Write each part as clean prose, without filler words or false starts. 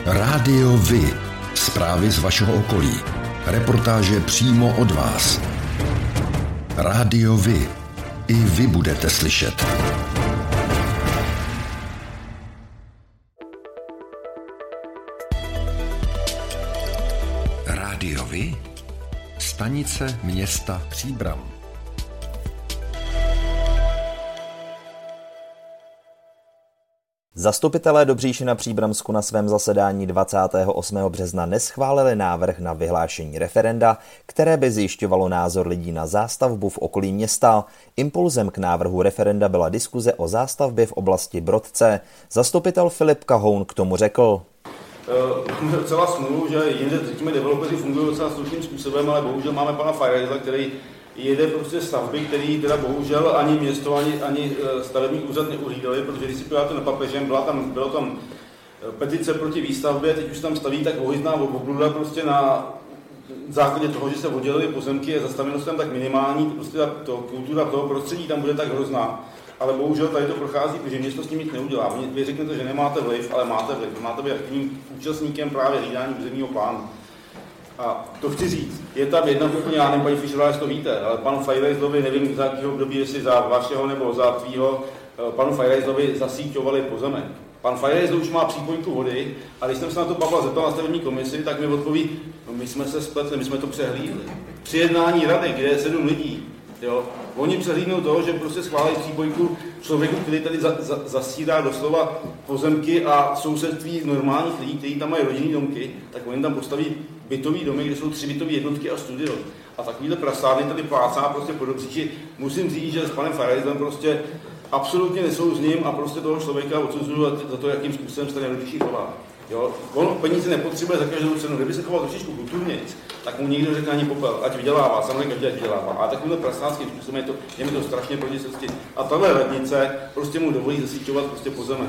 Rádio Vy. Zprávy z vašeho okolí. Reportáže přímo od vás. Rádio Vy. I vy budete slyšet. Rádio Vy. Stanice města Příbram. Zastupitelé Dobříše na Příbramsku na svém zasedání 28. března neschválili návrh na vyhlášení referenda, které by zjišťovalo názor lidí na zástavbu v okolí města. Impulzem k návrhu referenda byla diskuze o zástavbě v oblasti Brodce. Zastupitel Filip Kahoun k tomu řekl. Máme docela smůlu, že jinde řekněme developeři fungují docela slušným způsobem, ale bohužel máme pana Fajrajzla, který jede prostě stavby, který teda bohužel ani město, ani stavební úřad neuhlídali, protože když si podíváte na papežem, byla tam petice proti výstavbě, teď už tam staví tak ohyzná obluda prostě na základě toho, že se oddělily pozemky a zastavenost tam tak minimální, prostě kultura toho prostředí tam bude tak hrozná. Ale bohužel tady to prochází, protože město s tím nic neudělá. Vy řeknete, že nemáte vliv, ale máte vliv. Máte být aktivním účastníkem právě hlídání územního plánu. A to chci říct, je tam jedna úplně, já nevím, paní Fischerová, jestli to víte, ale panu Fajrajzlovi, nevím za jakého období, jestli za vašeho nebo za tvýho, panu Fajrajzlovi zasíťovali pozemek. Pan Fajrajzl už má přípojku vody a když jsem se na to Pavla zeptal na stavební komisi, tak mi odpoví, no my jsme se spletli, my jsme to přehlídli. Při jednání rady, kde je 7 lidí, jo, oni přehlídnou toho, že prostě schválili přípojku člověku, který tady zasírá doslova pozemky a sousedství normálních lidí, kteří tam mají rodinné domky, tak oni tam postaví bytový domy, kde jsou 3 bytové jednotky a studio. A takovýhle prasárny tady plácá prostě po Dobříši. Musím říct, že s panem Fajrajzlem prostě absolutně nesouzním a prostě toho člověka odsuzuju za to, jakým způsobem se tady Dobříši chová. Jo, on peníze nepotřebuje za každou cenu. Kdyby se choval trošičku kulturnějc, tak mu nikdo řekne ani popel, ať vydělává, samozřejmě každý ať vydělává. A takovýmhle prasánským způsobem je mi to strašně proti srsti. A tahle radnice prostě mu dovolí zasíťovat prostě pozemek.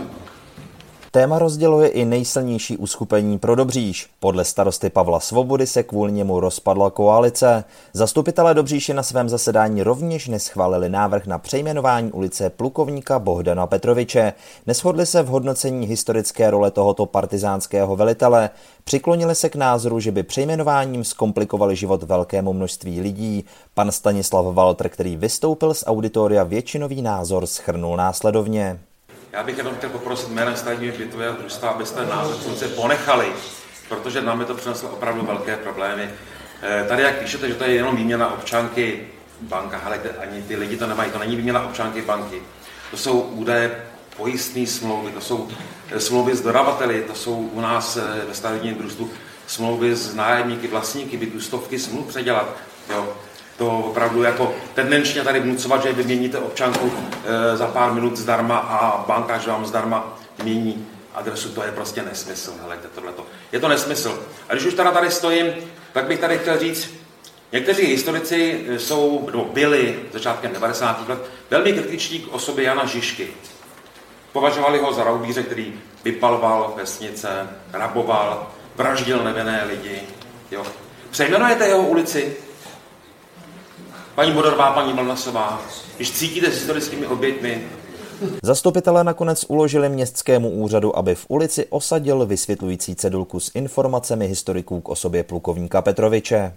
Téma rozděluje i nejsilnější uskupení pro Dobříš. Podle starosty Pavla Svobody se kvůli němu rozpadla koalice. Zastupitelé Dobříše na svém zasedání rovněž neschválili návrh na přejmenování ulice plukovníka Bohdana Petroviče. Neshodli se v hodnocení historické role tohoto partizánského velitele. Přiklonili se k názoru, že by přejmenováním zkomplikovali život velkému množství lidí. Pan Stanislav Walter, který vystoupil z auditoria, většinový názor shrnul následovně. Já bych jenom chtěl poprosit jménem stavebního bytového družstva, abyste název funkce ponechali, protože nám je to přineslo opravdu velké problémy. Tady, jak píšete, že to je jenom výměna občanky banka, ale ani ty lidi to nemají, to není výměna občanky banky. To jsou údaje pojistné smlouvy, to jsou smlouvy s dodavateli, to jsou u nás ve stavebním družstvu smlouvy s nájemníky, vlastníky bytů, stovky smluv předělat. Jo. To opravdu jako tendenčně tady vnucovat, že vyměníte občanku za pár minut zdarma a banka, že vám zdarma mění adresu, to je prostě nesmysl. Helejte, tohleto. Je to nesmysl. A když už teda tady stojím, tak bych tady chtěl říct, někteří historici byli začátkem 90. let velmi kritičtí k osobě Jana Žižky. Považovali ho za raubíře, který vypaloval vesnice, raboval, vraždil nevinné lidi. Jo. Přejmenujete jeho ulici? Paní Bodorová, paní Mlnasová, když cítíte s historickými oběťmi. Zastupitelé nakonec uložili městskému úřadu, aby v ulici osadil vysvětlující cedulku s informacemi historiků k osobě plukovníka Petroviče.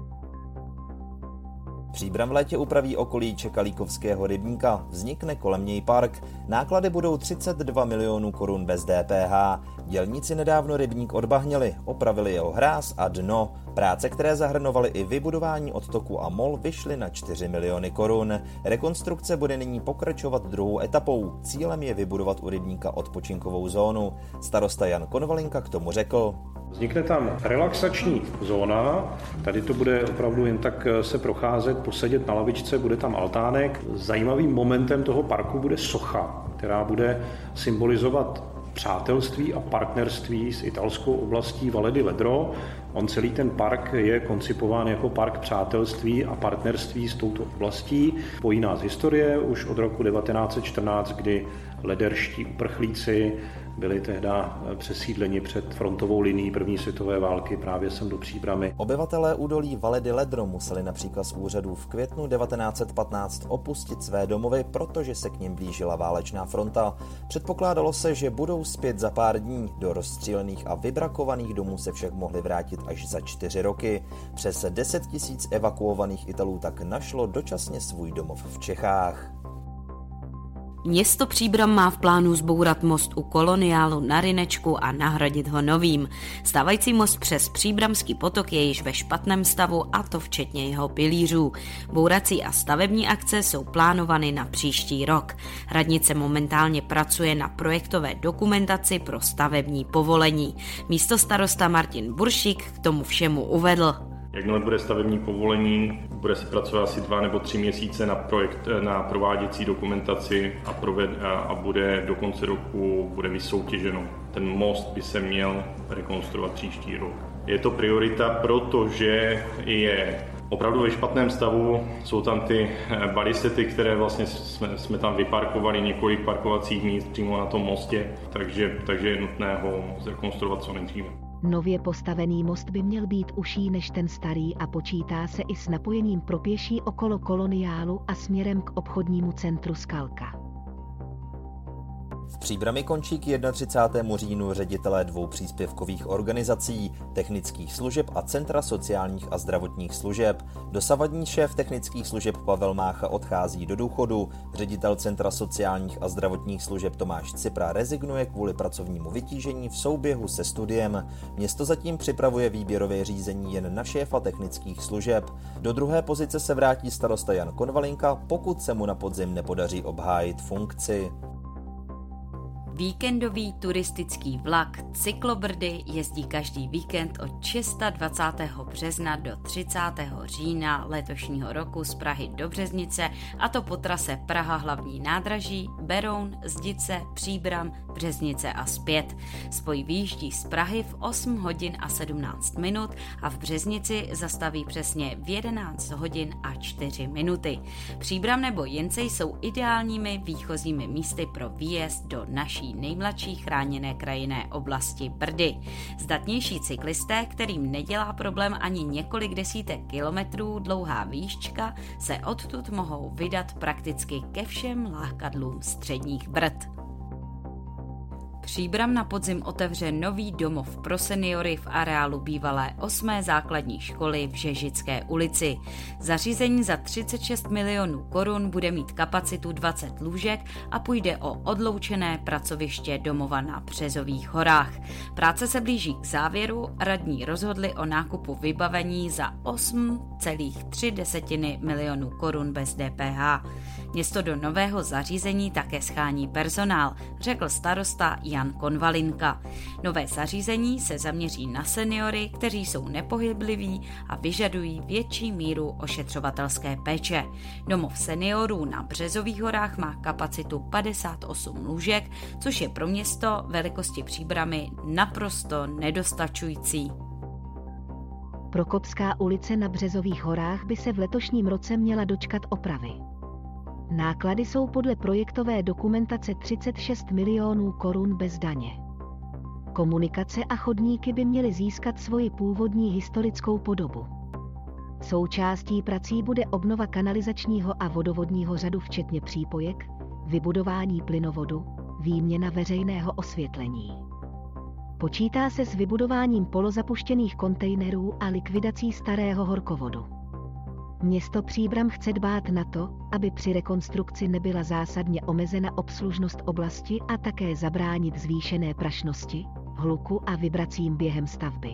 Příbram v létě upraví okolí Čekalíkovského rybníka, vznikne kolem něj park. Náklady budou 32 milionů korun bez DPH. Dělníci nedávno rybník odbahnili, opravili jeho hráz a dno. Práce, které zahrnovaly i vybudování odtoku a mol, vyšly na 4 miliony korun. Rekonstrukce bude nyní pokračovat druhou etapou. Cílem je vybudovat u rybníka odpočinkovou zónu. Starosta Jan Konvalinka k tomu řekl. Vznikne tam relaxační zóna, tady to bude opravdu jen tak se procházet, posedět na lavičce, bude tam altánek. Zajímavým momentem toho parku bude socha, která bude symbolizovat přátelství a partnerství s italskou oblastí Valle di Ledro. On celý ten park je koncipován jako park přátelství a partnerství s touto oblastí. Pojí nás historie už od roku 1914, kdy lederští uprchlíci byli tehdy přesídleni před frontovou linií první světové války právě sem do Příbrami. Obyvatelé údolí Valle di Ledro museli na příkaz úřadů v květnu 1915 opustit své domovy, protože se k nim blížila válečná fronta. Předpokládalo se, že budou zpět za pár dní. Do rozstřílených a vybrakovaných domů se však mohli vrátit až za 4 roky. Přes 10 000 evakuovaných Italů tak našlo dočasně svůj domov v Čechách. Město Příbram má v plánu zbourat most u Koloniálu na Rynečku a nahradit ho novým. Stávající most přes Příbramský potok je již ve špatném stavu, a to včetně jeho pilířů. Bourací a stavební akce jsou plánovány na příští rok. Radnice momentálně pracuje na projektové dokumentaci pro stavební povolení. Místostarosta Martin Buršík k tomu všemu uvedl. Jakmile bude stavební povolení, bude se pracovat asi 2 nebo 3 měsíce na prováděcí dokumentaci a bude do konce roku vysoutěženo. Ten most by se měl rekonstruovat příští rok. Je to priorita, protože je opravdu ve špatném stavu. Jsou tam ty balisety, které vlastně jsme tam vyparkovali, několik parkovacích míst přímo na tom mostě, takže je nutné ho zrekonstruovat co nejdříve. Nově postavený most by měl být užší než ten starý a počítá se i s napojením pro pěší okolo Koloniálu a směrem k obchodnímu centru Skalka. V Příbrami končí k 31. říjnu ředitelé 2 příspěvkových organizací, technických služeb a Centra sociálních a zdravotních služeb. Dosavadní šéf technických služeb Pavel Mácha odchází do důchodu, ředitel Centra sociálních a zdravotních služeb Tomáš Cipra rezignuje kvůli pracovnímu vytížení v souběhu se studiem. Město zatím připravuje výběrové řízení jen na šéfa technických služeb. Do druhé pozice se vrátí starosta Jan Konvalinka, pokud se mu na podzim nepodaří obhájit funkci. Víkendový turistický vlak Cyklobrdy jezdí každý víkend od 26. března do 30. října letošního roku z Prahy do Březnice, a to po trase Praha hlavní nádraží, Beroun, Zdice, Příbram, Březnice a zpět. Spoj vyjíždí z Prahy v 8 hodin a 17 minut a v Březnici zastaví přesně v 11 hodin a 4 minuty. Příbram nebo Jencej jsou ideálními výchozími místy pro výjezd do naší nejmladší chráněné krajinné oblasti Brdy. Zdatnější cyklisté, kterým nedělá problém ani několik desítek kilometrů dlouhá výšťka, se odtud mohou vydat prakticky ke všem lákadlům středních Brd. Příbram na podzim otevře nový domov pro seniory v areálu bývalé 8. základní školy v Žežické ulici. Zařízení za 36 milionů korun bude mít kapacitu 20 lůžek a půjde o odloučené pracoviště domova na Březových horách. Práce se blíží k závěru, radní rozhodli o nákupu vybavení za 8,3 milionů korun bez DPH. Město do nového zařízení také schání personál, řekl starosta Jan Konvalinka. Nové zařízení se zaměří na seniory, kteří jsou nepohybliví a vyžadují větší míru ošetřovatelské péče. Domov seniorů na Březových horách má kapacitu 58 lůžek, což je pro město velikosti Příbramy naprosto nedostačující. Prokopská ulice na Březových horách by se v letošním roce měla dočkat opravy. Náklady jsou podle projektové dokumentace 36 milionů korun bez daně. Komunikace a chodníky by měly získat svoji původní historickou podobu. Součástí prací bude obnova kanalizačního a vodovodního řadu včetně přípojek, vybudování plynovodu, výměna veřejného osvětlení. Počítá se s vybudováním polozapuštěných kontejnerů a likvidací starého horkovodu. Město Příbram chce dbát na to, aby při rekonstrukci nebyla zásadně omezena obslužnost oblasti a také zabránit zvýšené prašnosti, hluku a vibracím během stavby.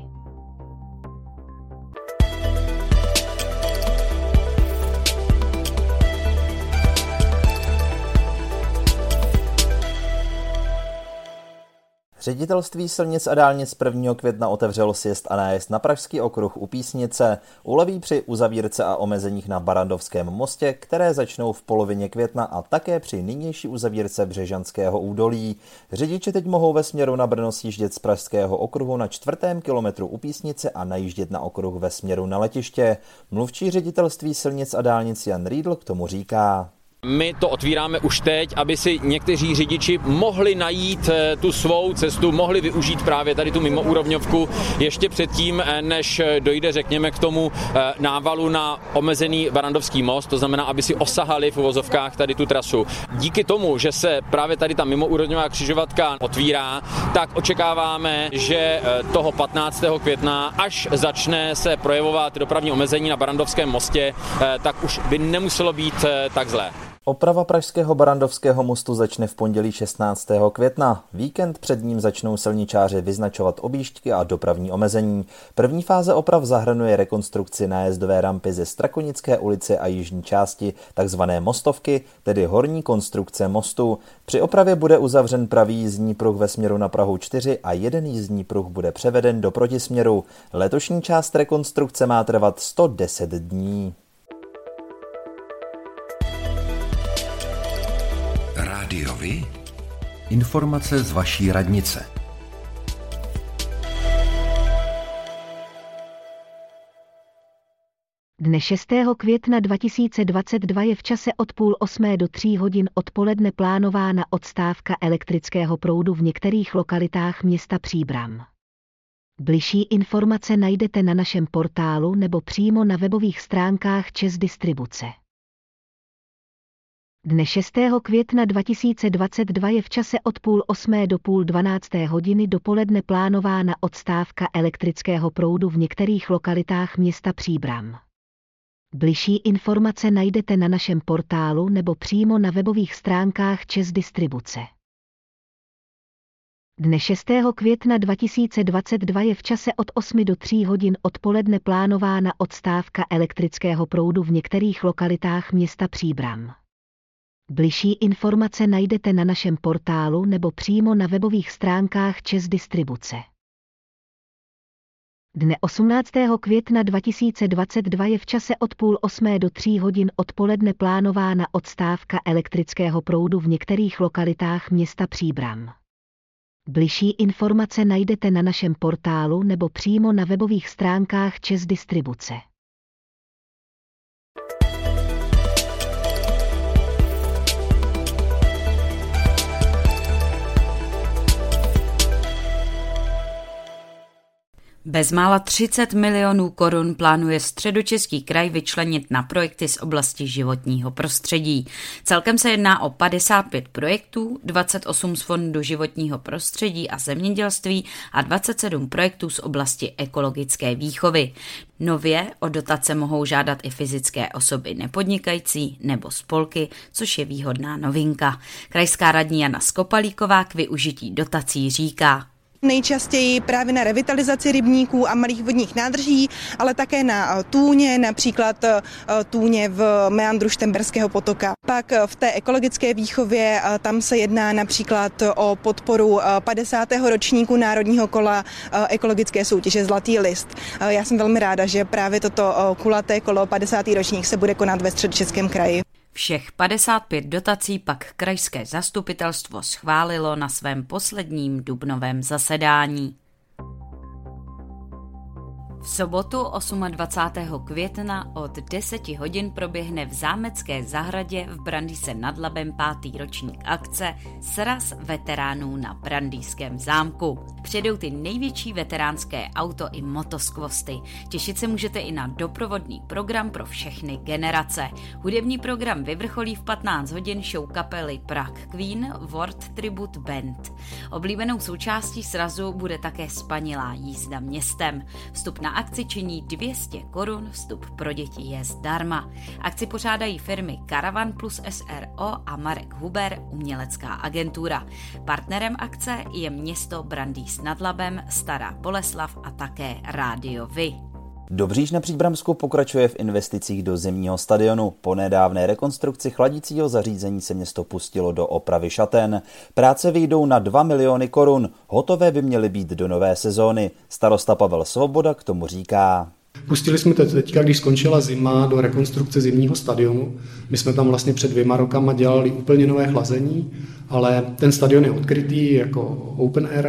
Ředitelství silnic a dálnic 1. května otevřelo sjezd a nájezd na Pražský okruh u Písnice. Uleví při uzavírce a omezeních na Barrandovském mostě, které začnou v polovině května, a také při nynější uzavírce Břežanského údolí. Řidiči teď mohou ve směru na Brno sjíždět z Pražského okruhu na 4. kilometru u Písnice a najíždět na okruh ve směru na letiště. Mluvčí ředitelství silnic a dálnic Jan Riedl k tomu říká. My to otvíráme už teď, aby si někteří řidiči mohli najít tu svou cestu, mohli využít právě tady tu mimoúrovňovku ještě předtím, než dojde, řekněme, k tomu návalu na omezený Barrandovský most, to znamená, aby si osahali v uvozovkách tady tu trasu. Díky tomu, že se právě tady ta mimoúrovňová křižovatka otvírá, tak očekáváme, že toho 15. května, až začne se projevovat dopravní omezení na Barrandovském mostě, tak už by nemuselo být tak zlé. Oprava pražského Barrandovského mostu začne v pondělí 16. května. Víkend před ním začnou silničáři vyznačovat objížďky a dopravní omezení. První fáze oprav zahrnuje rekonstrukci nájezdové rampy ze Strakonické ulice a jižní části takzvané mostovky, tedy horní konstrukce mostu. Při opravě bude uzavřen pravý jízdní pruh ve směru na Prahu 4 a jeden jízdní pruh bude převeden do protisměru. Letošní část rekonstrukce má trvat 110 dní. Rádio Vy? Informace z vaší radnice. Dne 6. května 2022 je v čase od 7:30 do 3 hodin odpoledne plánována odstávka elektrického proudu v některých lokalitách města Příbram. Bližší informace najdete na našem portálu nebo přímo na webových stránkách ČEZ Distribuce. Dne 6. května 2022 je v čase od 7:30 do 11:30 hodiny dopoledne plánována odstávka elektrického proudu v některých lokalitách města Příbram. Bližší informace najdete na našem portálu nebo přímo na webových stránkách ČEZ Distribuce. Dne 6. května 2022 je v čase od 8 do 3 hodin odpoledne plánována odstávka elektrického proudu v některých lokalitách města Příbram. Bližší informace najdete na našem portálu nebo přímo na webových stránkách ČEZ Distribuce. Dne 18. května 2022 je v čase od 7:30 do 3 hodin odpoledne plánována odstávka elektrického proudu v některých lokalitách města Příbram. Bližší informace najdete na našem portálu nebo přímo na webových stránkách ČEZ Distribuce. Bezmála 30 milionů korun plánuje Středočeský kraj vyčlenit na projekty z oblasti životního prostředí. Celkem se jedná o 55 projektů, 28 z Fondu životního prostředí a zemědělství a 27 projektů z oblasti ekologické výchovy. Nově o dotace mohou žádat i fyzické osoby nepodnikající nebo spolky, což je výhodná novinka. Krajská radní Jana Skopalíková k využití dotací říká: Nejčastěji právě na revitalizaci rybníků a malých vodních nádrží, ale také na tůně, například tůně v meandru Štemberského potoka. Pak v té ekologické výchově tam se jedná například o podporu 50. ročníku Národního kola ekologické soutěže Zlatý list. Já jsem velmi ráda, že právě toto kulaté kolo 50. ročník se bude konat ve Středočeském kraji. Všech 55 dotací pak krajské zastupitelstvo schválilo na svém posledním dubnovém zasedání. V sobotu 28. května od 10 hodin proběhne v Zámecké zahradě v Brandýse nad Labem 5. ročník akce Sraz veteránů na Brandýském zámku. Přijedou ty největší veteránské auto i motoskvosty. Těšit se můžete i na doprovodný program pro všechny generace. Hudební program vyvrcholí v 15 hodin show kapely Prague Queen World Tribute Band. Oblíbenou součástí srazu bude také spanilá jízda městem. Vstup na akci činí 200 korun, vstup pro děti je zdarma. Akci pořádají firmy Caravan Plus SRO a Marek Huber, umělecká agentura. Partnerem akce je město Brandýs nad Labem, Stará Boleslav a také Rádio Vy. Dobříž na Příbramsku pokračuje v investicích do zimního stadionu. Po nedávné rekonstrukci chladicího zařízení se město pustilo do opravy šaten. Práce vyjdou na 2 miliony korun. Hotové by měly být do nové sezóny. Starosta Pavel Svoboda k tomu říká: Pustili jsme teďka, když skončila zima, do rekonstrukce zimního stadionu. My jsme tam vlastně před 2 rokama dělali úplně nové chlazení, ale ten stadion je odkrytý jako open air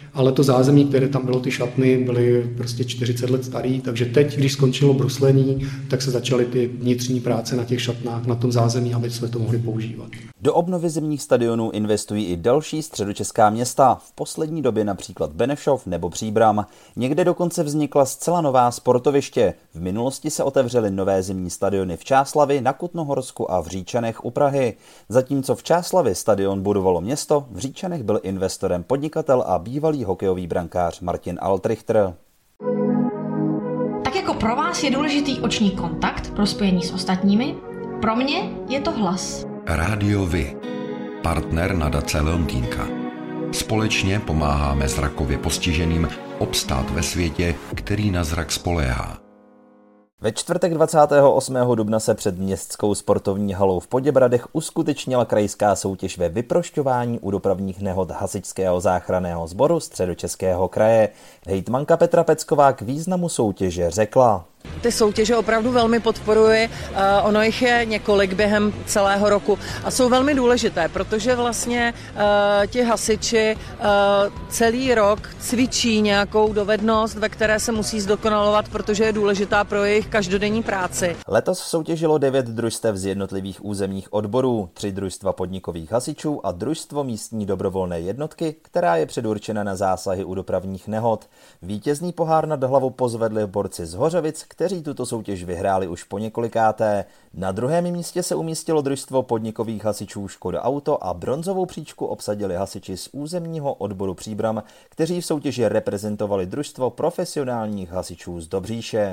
ale to zázemí, které tam bylo, ty šatny, byly prostě 40 let starý, takže teď, když skončilo bruslení, tak se začaly ty vnitřní práce na těch šatnách, na tom zázemí, aby jsme to mohli používat. Do obnovy zimních stadionů investují i další středočeská města, v poslední době například Benešov nebo Příbram. Někde dokonce vznikla zcela nová sportoviště. V minulosti se otevřely nové zimní stadiony v Čáslavi, na Kutnohorsku a v Říčanech u Prahy. Zatímco v Čáslavi stadion budovalo město, v Říčanech byl investorem podnikatel a bývalý hokejový brankář Martin Altrichter. Tak jako pro vás je důležitý oční kontakt pro spojení s ostatními, pro mě je to hlas. Rádio Vy, partner nadace Leontýnka. Společně pomáháme zrakově postiženým obstát ve světě, který na zrak spoléhá. Ve čtvrtek 28. dubna se před městskou sportovní halou v Poděbradech uskutečnila krajská soutěž ve vyprošťování u dopravních nehod Hasičského záchranného sboru Středočeského kraje. Hejtmanka Petra Pecková k významu soutěže řekla: Ty soutěže opravdu velmi podporuji, ono jich je několik během celého roku a jsou velmi důležité, protože vlastně ti hasiči celý rok cvičí nějakou dovednost, ve které se musí zdokonalovat, protože je důležitá pro jejich každodenní práci. Letos soutěžilo 9 družstev z jednotlivých územních odborů, 3 družstva podnikových hasičů a družstvo místní dobrovolné jednotky, která je předurčena na zásahy u dopravních nehod. Vítězný pohár nad hlavu pozvedli borci z Hořovic, kteří tuto soutěž vyhráli už po několikáté. Na druhém místě se umístilo družstvo podnikových hasičů Škoda Auto a bronzovou příčku obsadili hasiči z územního odboru Příbram, kteří v soutěži reprezentovali družstvo profesionálních hasičů z Dobříše.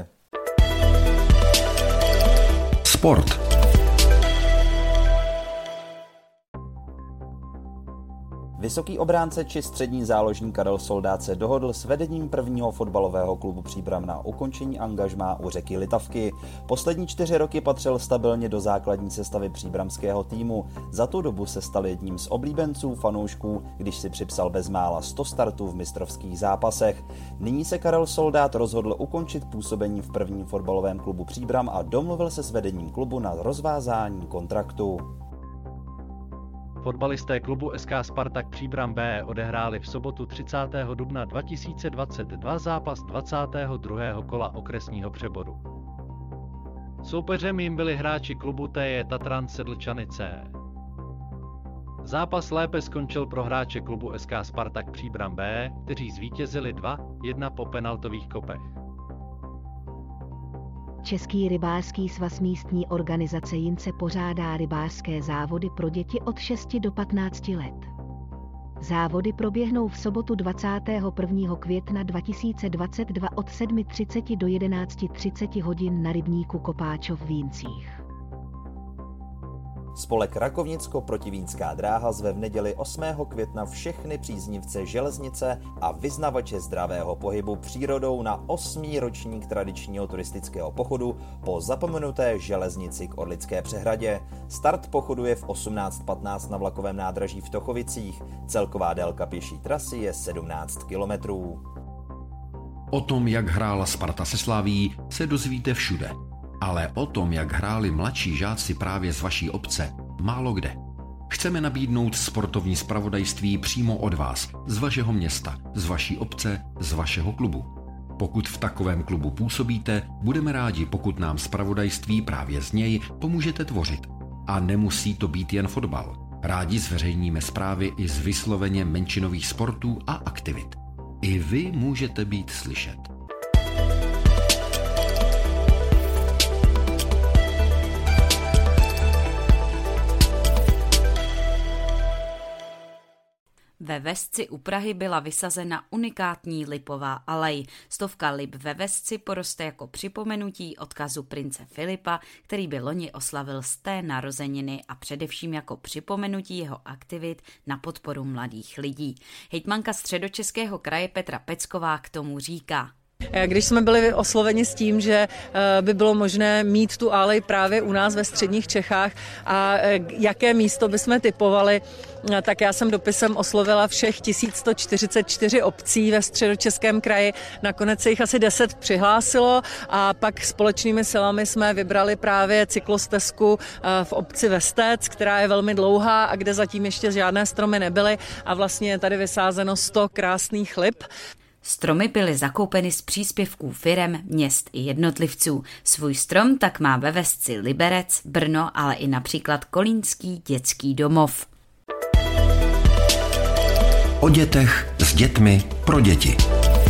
Sport. Vysoký obránce či střední záložník Karel Soldát se dohodl s vedením prvního fotbalového klubu Příbram na ukončení angažmá u Řeky Litavky. Poslední 4 roky patřil stabilně do základní sestavy příbramského týmu. Za tu dobu se stal jedním z oblíbenců fanoušků, když si připsal bezmála 100 startů v mistrovských zápasech. Nyní se Karel Soldát rozhodl ukončit působení v prvním fotbalovém klubu Příbram a domluvil se s vedením klubu na rozvázání kontraktu. Fotbalisté klubu SK Spartak Příbram B odehráli v sobotu 30. dubna 2022 zápas 22. kola okresního přeboru. Soupeřem jim byli hráči klubu TJ Tatran Sedlčanice. Zápas lépe skončil pro hráče klubu SK Spartak Příbram B, kteří zvítězili 2-1 po penaltových kopech. Český rybářský svaz místní organizace Jince pořádá rybářské závody pro děti od 6 do 15 let. Závody proběhnou v sobotu 21. května 2022 od 7:30 do 11:30 hodin na rybníku Kopáčov v Jincích. Spolek Rakovnicko-Protivínská dráha zve v neděli 8. května všechny příznivce železnice a vyznavače zdravého pohybu přírodou na 8. ročník tradičního turistického pochodu po zapomenuté železnici k Orlické přehradě. Start pochodu je v 18:15 na vlakovém nádraží v Tochovicích. Celková délka pěší trasy je 17 kilometrů. O tom, jak hrála Sparta se Slavií, se dozvíte všude. Ale o tom, jak hráli mladší žáci právě z vaší obce, málo kde. Chceme nabídnout sportovní zpravodajství přímo od vás, z vašeho města, z vaší obce, z vašeho klubu. Pokud v takovém klubu působíte, budeme rádi, pokud nám zpravodajství právě z něj pomůžete tvořit. A nemusí to být jen fotbal. Rádi zveřejníme zprávy i z vysloveně menšinových sportů a aktivit. I vy můžete být slyšet. Ve Vesci u Prahy byla vysazena unikátní lipová alej. 100 lip ve Vesci poroste jako připomenutí odkazu prince Filipa, který by loni oslavil 100. narozeniny a především jako připomenutí jeho aktivit na podporu mladých lidí. Hejtmanka Středočeského kraje Petra Pecková k tomu říká: Když jsme byli osloveni s tím, že by bylo možné mít tu alej právě u nás ve středních Čechách a jaké místo bychom typovali, tak já jsem dopisem oslovila všech 1144 obcí ve Středočeském kraji. Nakonec se jich asi 10 přihlásilo a pak společnými silami jsme vybrali právě cyklostezku v obci Vestec, která je velmi dlouhá a kde zatím ještě žádné stromy nebyly a vlastně je tady vysázeno 100 krásných lip. Stromy byly zakoupeny z příspěvků firem, měst i jednotlivců. Svůj strom tak má ve Vesci Liberec, Brno, ale i například Kolínský dětský domov. O dětech, s dětmi, pro děti.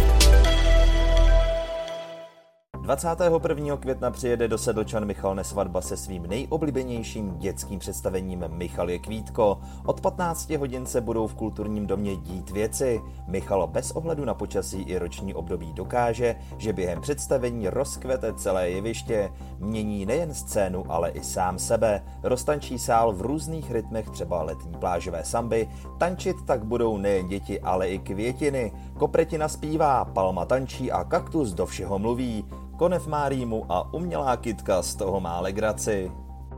21. května přijede do Sedlčan Michal Nesvadba se svým nejoblíbenějším dětským představením Michal je Kvítko. Od 15 hodin se budou v kulturním domě dít věci. Michal bez ohledu na počasí i roční období dokáže, že během představení rozkvete celé jeviště. Mění nejen scénu, ale i sám sebe. Roztančí sál v různých rytmech, třeba letní plážové samby. Tančit tak budou nejen děti, ale i květiny. Kopretina zpívá, palma tančí a kaktus do všeho mluví. Konev má rýmu a umělá kytka z toho má legraci.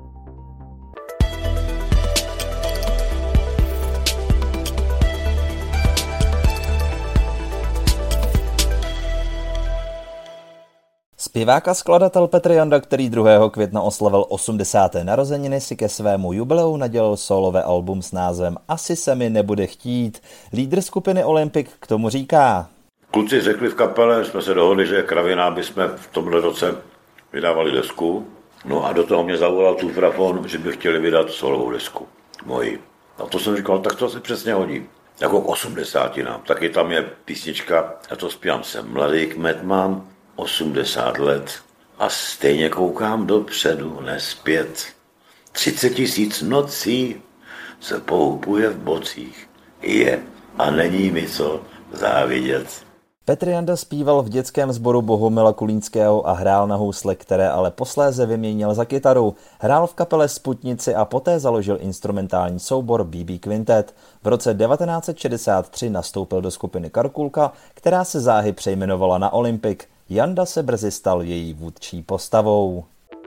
Zpěvák a skladatel Petr Janda, který 2. května oslavil 80. narozeniny, si ke svému jubileu nadělil solové album s názvem Asi se mi nebude chtít. Lídr skupiny Olympic k tomu říká: Kluci řekli v kapele, jsme se dohodli, že Kravina bychom v tomhle roce vydávali desku. No a do toho mě zavolal Tufrafon, že by chtěli vydat solovou desku. Moji. A to jsem říkal, tak to se přesně hodí. Jako k 80. Taky tam je písnička, já to zpívám, jsem mladý kmet, mám 80 let a stejně koukám dopředu, nespět. 30 000 nocí se pohupuje v bocích. Je a není mi co závidět. Petr Janda zpíval v dětském sboru Bohumila Kulínského a hrál na housle, které ale posléze vyměnil za kytaru. Hrál v kapele Sputnici a poté založil instrumentální soubor BB Quintet. V roce 1963 nastoupil do skupiny Karkulka, která se záhy přejmenovala na Olympic. Janda se brzy stal její vůdčí postavou.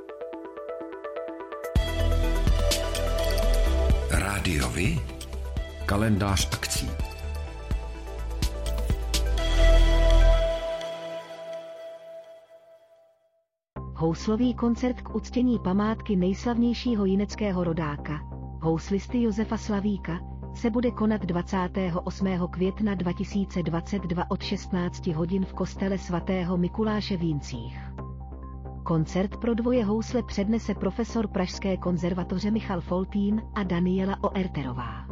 Rádiovi kalendář akcí. Houslový koncert k uctění památky nejslavnějšího jineckého rodáka, houslisty Josefa Slavíka, se bude konat 28. května 2022 od 16 hodin v kostele svatého Mikuláše v Jincích. Koncert pro dvoje housle přednese profesor Pražské konzervatoře Michal Foltín a Daniela Oerterová.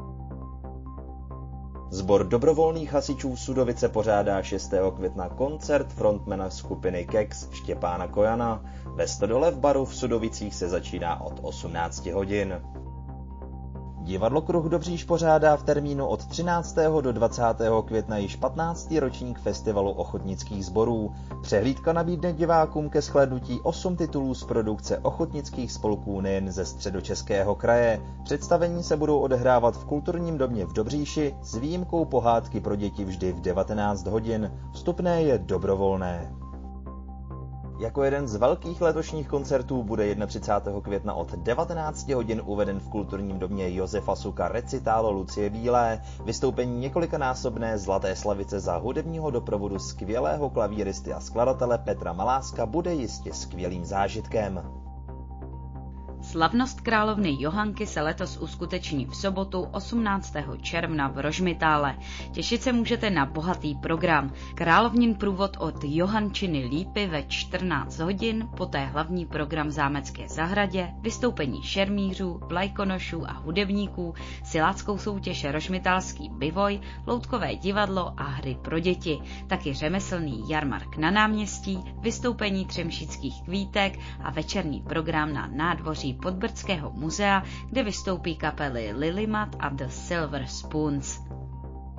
Sbor dobrovolných hasičů Sudovice pořádá 6. května koncert frontmana skupiny Kex Štěpána Kojana. Ve Stodole v baru v Sudovicích se začíná od 18 hodin. Divadlo Kruh Dobříš pořádá v termínu od 13. do 20. května již 15. ročník festivalu ochotnických sborů. Přehlídka nabídne divákům ke shlédnutí 8 titulů z produkce ochotnických spolků nejen ze Středočeského kraje. Představení se budou odehrávat v kulturním domě v Dobříši s výjimkou pohádky pro děti vždy v 19 hodin. Vstupné je dobrovolné. Jako jeden z velkých letošních koncertů bude 31. května od 19 hodin uveden v kulturním domě Josefa Suka recitál Lucie Bílé, vystoupení několikanásobné Zlaté slavice za hudebního doprovodu skvělého klavíristy a skladatele Petra Maláska bude jistě skvělým zážitkem. Slavnost královny Johanky se letos uskuteční v sobotu 18. června v Rožmitále. Těšit se můžete na bohatý program. Královnin průvod od Johančiny Lípy ve 14 hodin, poté hlavní program v zámecké zahradě, vystoupení šermířů, vlajkonošů a hudebníků, siláckou soutěž Rožmitálský bivoj, loutkové divadlo a hry pro děti, taky řemeslný jarmark na náměstí, vystoupení třemšických kvítek a večerní program na nádvoří Podbrdského muzea, kde vystoupí kapely Lilimat a The Silver Spoons.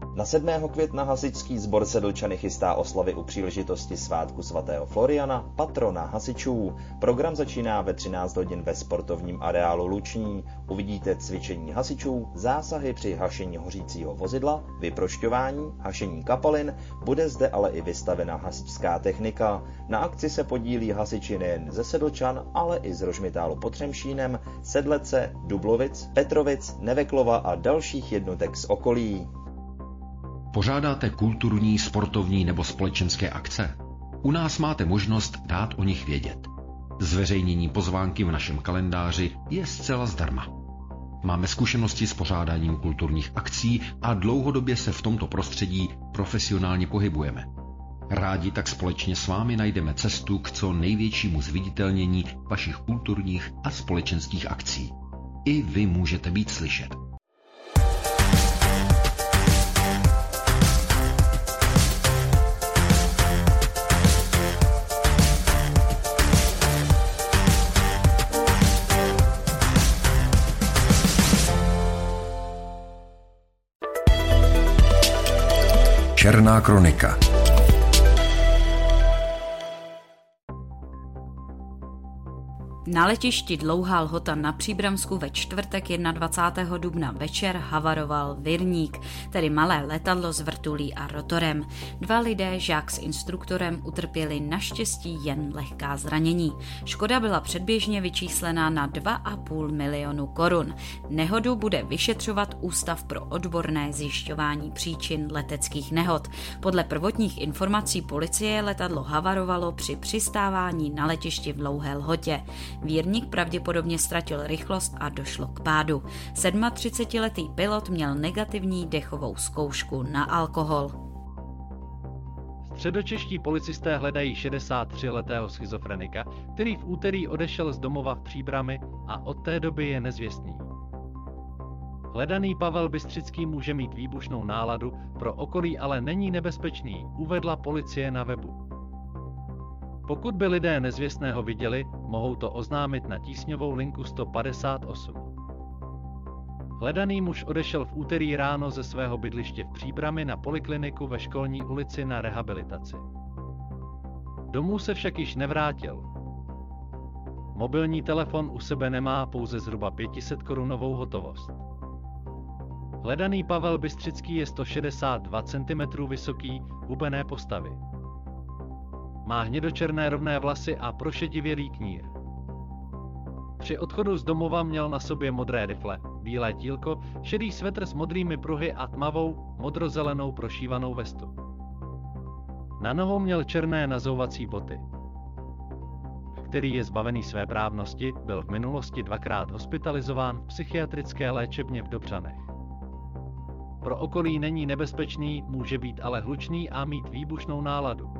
Na 7. května hasičský sbor Sedlčany chystá oslavy u příležitosti svátku svatého Floriana, patrona hasičů. Program začíná ve 13 hodin ve sportovním areálu Luční. Uvidíte cvičení hasičů, zásahy při hašení hořícího vozidla, vyprošťování, hašení kapalin, bude zde ale i vystavena hasičská technika. Na akci se podílí hasiči nejen ze Sedlčan, ale i z Rožmitálu pod Třemšínem, Sedlece, Dublovic, Petrovic, Neveklova a dalších jednotek z okolí. Pořádáte kulturní, sportovní nebo společenské akce? U nás máte možnost dát o nich vědět. Zveřejnění pozvánky v našem kalendáři je zcela zdarma. Máme zkušenosti s pořádáním kulturních akcí a dlouhodobě se v tomto prostředí profesionálně pohybujeme. Rádi tak společně s vámi najdeme cestu k co největšímu zviditelnění vašich kulturních a společenských akcí. I vy můžete být slyšet. Černá kronika. Na letišti Dlouhá Lhota na Příbramsku ve čtvrtek 21. dubna večer havaroval Virník, tedy malé letadlo s vrtulí a rotorem. 2 lidé, žák s instruktorem, utrpěli naštěstí jen lehká zranění. Škoda byla předběžně vyčíslená na 2,5 milionu korun. Nehodu bude vyšetřovat Ústav pro odborné zjišťování příčin leteckých nehod. Podle prvotních informací policie letadlo havarovalo při přistávání na letišti v Dlouhé Lhotě. Vírník pravděpodobně ztratil rychlost a došlo k pádu. 37letý pilot měl negativní dechovou zkoušku na alkohol. Středočeští policisté hledají 63letého schizofrenika, který v úterý odešel z domova v Příbrami a od té doby je nezvěstný. Hledaný Pavel Bystřický může mít výbušnou náladu, pro okolí ale není nebezpečný, uvedla policie na webu. Pokud by lidé nezvěstného viděli, mohou to oznámit na tísňovou linku 158. Hledaný muž odešel v úterý ráno ze svého bydliště v Příbrami na polikliniku ve Školní ulici na rehabilitaci. Domů se však již nevrátil. Mobilní telefon u sebe nemá, pouze zhruba 500 korunovou hotovost. Hledaný Pavel Bystřický je 162 cm vysoký, hubené postavy. Má hnědočerné rovné vlasy a prošedivělý knír. Při odchodu z domova měl na sobě modré rifle, bílé tílko, šedý svetr s modrými pruhy a tmavou, modrozelenou prošívanou vestu. Na nohou měl černé nazouvací boty. Který je zbavený svéprávnosti, byl v minulosti 2krát hospitalizován v psychiatrické léčebně v Dobřanech. Pro okolí není nebezpečný, může být ale hlučný a mít výbušnou náladu.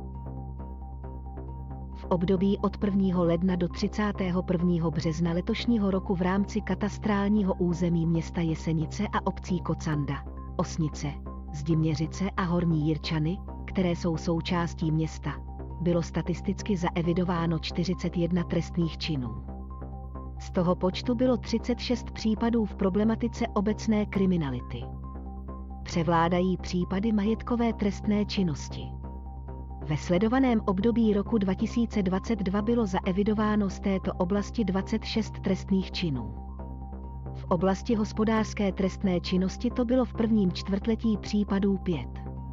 V období od 1. ledna do 31. března letošního roku v rámci katastrálního území města Jesenice a obcí Kocanda, Osnice, Zdiměřice a Horní Jirčany, které jsou součástí města, bylo statisticky zaevidováno 41 trestných činů. Z toho počtu bylo 36 případů v problematice obecné kriminality. Převládají případy majetkové trestné činnosti. Ve sledovaném období roku 2022 bylo zaevidováno z této oblasti 26 trestných činů. V oblasti hospodářské trestné činnosti to bylo v prvním čtvrtletí případů 5.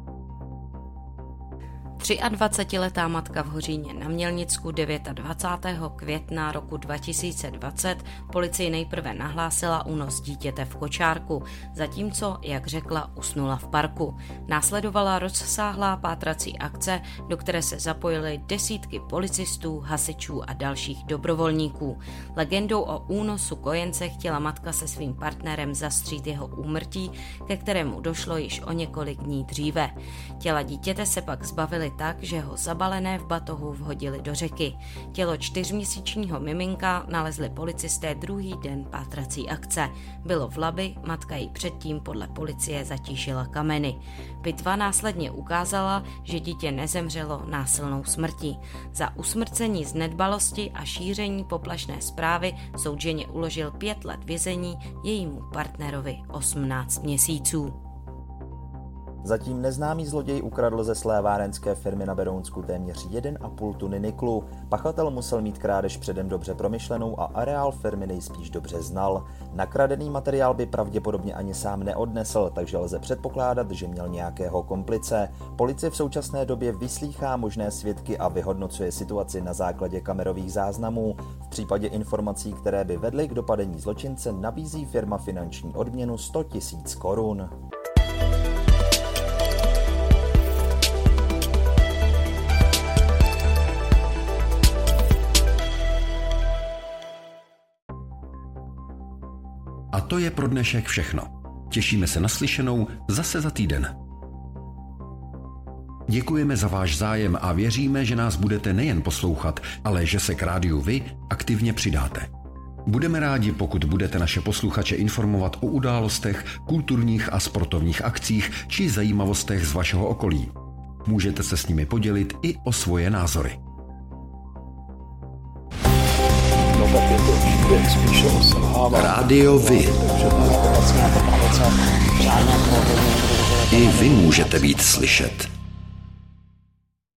23letá matka v Hoříně na Mělnicku 29. května roku 2020 policii nejprve nahlásila únos dítěte v kočárku, zatímco, jak řekla, usnula v parku. Následovala rozsáhlá pátrací akce, do které se zapojily desítky policistů, hasičů a dalších dobrovolníků. Legendou o únosu kojence chtěla matka se svým partnerem zastřít jeho úmrtí, ke kterému došlo již o několik dní dříve. Těla dítěte se pak zbavili tak, že ho zabalené v batohu vhodili do řeky. Tělo 4měsíčního miminka nalezli policisté druhý den pátrací akce. Bylo v Labi, matka ji předtím podle policie zatížila kameny. Pitva následně ukázala, že dítě nezemřelo násilnou smrtí. Za usmrcení z nedbalosti a šíření poplašné zprávy soud ženě uložil 5 let vězení, jejímu partnerovi 18 měsíců. Zatím neznámý zloděj ukradl ze slévárenské firmy na Berounsku téměř 1,5 tuny niklu. Pachatel musel mít krádež předem dobře promyšlenou a areál firmy nejspíš dobře znal. Nakradený materiál by pravděpodobně ani sám neodnesl, takže lze předpokládat, že měl nějakého komplice. Policie v současné době vyslýchá možné svědky a vyhodnocuje situaci na základě kamerových záznamů. V případě informací, které by vedly k dopadení zločince, nabízí firma finanční odměnu 100 000 korun. A to je pro dnešek všechno. Těšíme se na slyšenou zase za týden. Děkujeme za váš zájem a věříme, že nás budete nejen poslouchat, ale že se k rádiu vy aktivně přidáte. Budeme rádi, pokud budete naše posluchače informovat o událostech, kulturních a sportovních akcích či zajímavostech z vašeho okolí. Můžete se s nimi podělit i o svoje názory. Rádio Vy. I vy můžete být slyšet.